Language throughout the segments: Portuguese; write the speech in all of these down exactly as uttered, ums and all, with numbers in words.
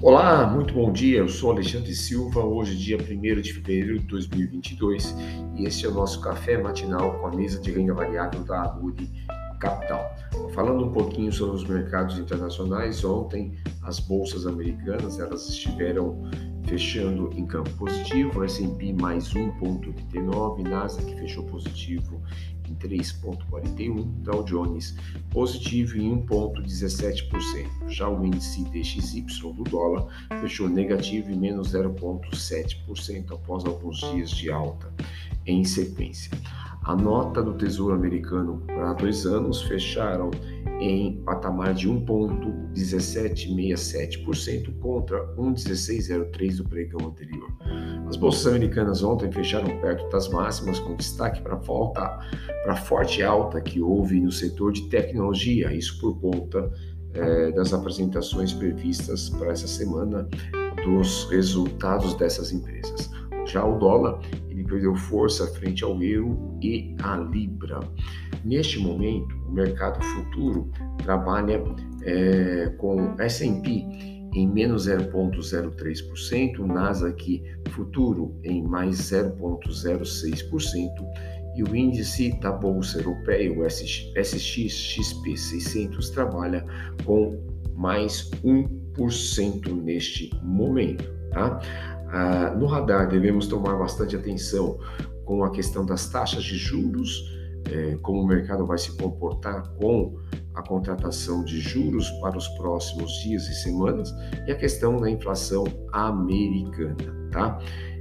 Olá, muito bom dia. Eu sou Alexandre Silva. Hoje, dia primeiro de fevereiro de dois mil e vinte e dois, e este é o nosso café matinal com a mesa de renda variável da Aruri Capital. Falando um pouquinho sobre os mercados internacionais, ontem as bolsas americanas elas estiveram fechando em campo positivo, S and P mais um vírgula oitenta e nove, Nasdaq fechou positivo em três vírgula quarenta e um, Dow Jones positivo em um vírgula dezessete por cento. Já o índice D X Y do dólar fechou negativo em menos zero vírgula sete por cento após alguns dias de alta em sequência. A nota do Tesouro Americano para dois anos fecharam em patamar de um vírgula um sete seis sete por cento contra um vírgula dezesseis zero três do pregão anterior. As bolsas americanas ontem fecharam perto das máximas, com destaque para a forte alta que houve no setor de tecnologia, isso por conta eh, das apresentações previstas para essa semana dos resultados dessas empresas. Já o dólar, ele perdeu força frente ao euro e à libra. Neste momento, o mercado futuro trabalha é, com S and P em menos zero vírgula zero três por cento, o Nasdaq futuro em mais zero vírgula zero seis por cento e o índice da Bolsa Europeia, o S X X P seiscentos, trabalha com mais um por cento neste momento, tá? Ah, no radar devemos tomar bastante atenção com a questão das taxas de juros, eh, como o mercado vai se comportar com a contratação de juros para os próximos dias e semanas e a questão da inflação americana, tá?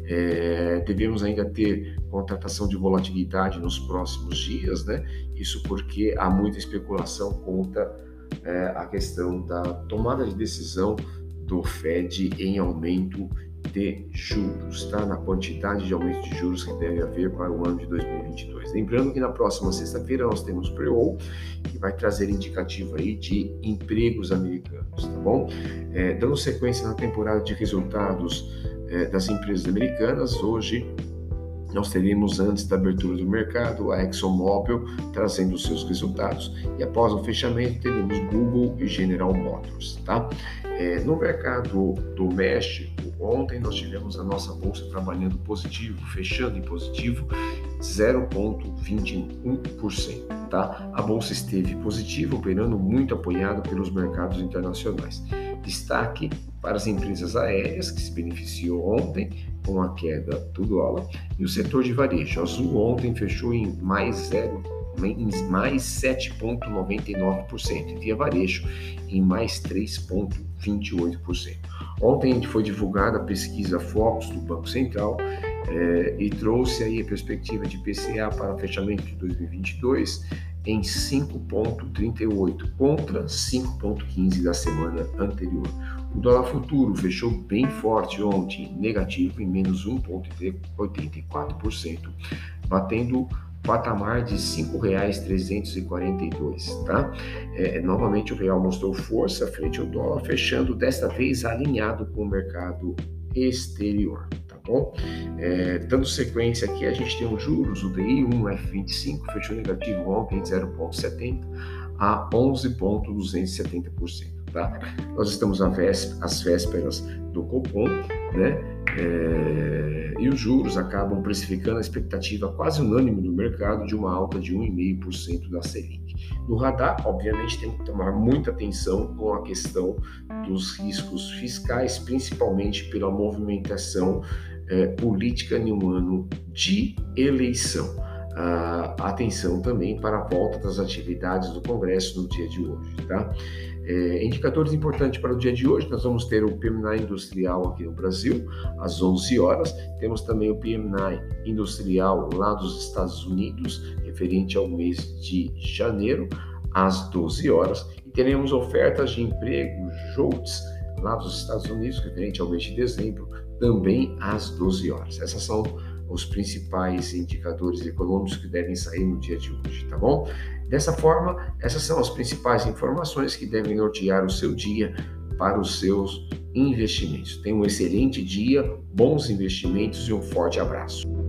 É, devemos ainda ter contratação de volatilidade nos próximos dias, né? Isso porque há muita especulação contra é, a questão da tomada de decisão do Fed em aumento de juros, tá? Na quantidade de aumento de juros que deve haver para o ano de dois mil e vinte e dois. Lembrando que na próxima sexta-feira nós temos o Payroll, que vai trazer indicativo aí de empregos americanos, tá bom? É, dando sequência na temporada de resultados é, das empresas americanas, hoje nós teremos, antes da abertura do mercado, a ExxonMobil trazendo os seus resultados e após o fechamento teremos Google e General Motors, tá? É, no mercado doméstico, ontem nós tivemos a nossa bolsa trabalhando positivo, fechando em positivo zero vírgula vinte e um por cento, tá? A bolsa esteve positiva, operando muito apoiado pelos mercados internacionais. Destaque para as empresas aéreas, que se beneficiou ontem com a queda do dólar, e o setor de varejo. A Azul ontem fechou em mais zero, em mais sete vírgula noventa e nove por cento, e Via Varejo em mais três vírgula vinte e oito por cento. Ontem foi divulgada a pesquisa Focus do Banco Central eh, e trouxe aí a perspectiva de I P C A para fechamento de dois mil e vinte e dois em cinco vírgula trinta e oito contra cinco vírgula quinze da semana anterior. O dólar futuro fechou bem forte ontem, negativo em menos um vírgula oitenta e quatro por cento, batendo patamar de cinco reais trezentos e quarenta e dois, tá? É, novamente o real mostrou força frente ao dólar, fechando desta vez alinhado com o mercado exterior, tá bom? É, dando sequência aqui, a gente tem os juros, o D I um F vinte e cinco fechou negativo ontem de zero vírgula setenta a onze vírgula duzentos e setenta por cento, tá? Nós estamos às vésperas do Copom, né? É, e os juros acabam precificando a expectativa quase unânime do mercado de uma alta de um vírgula cinco por cento da Selic. No radar, obviamente, tem que tomar muita atenção com a questão dos riscos fiscais, principalmente pela movimentação é, política em um ano de eleição. Ah, atenção também para a volta das atividades do Congresso no dia de hoje, tá? É, indicadores importantes para o dia de hoje, nós vamos ter o P M I industrial aqui no Brasil, às onze horas, temos também o P M I industrial lá dos Estados Unidos, referente ao mês de janeiro, às doze horas, e teremos ofertas de emprego, J O L T S, lá dos Estados Unidos, referente ao mês de dezembro, também às doze horas. Essas são os principais indicadores econômicos que devem sair no dia de hoje, tá bom? Dessa forma, essas são as principais informações que devem nortear o seu dia para os seus investimentos. Tenha um excelente dia, bons investimentos e um forte abraço.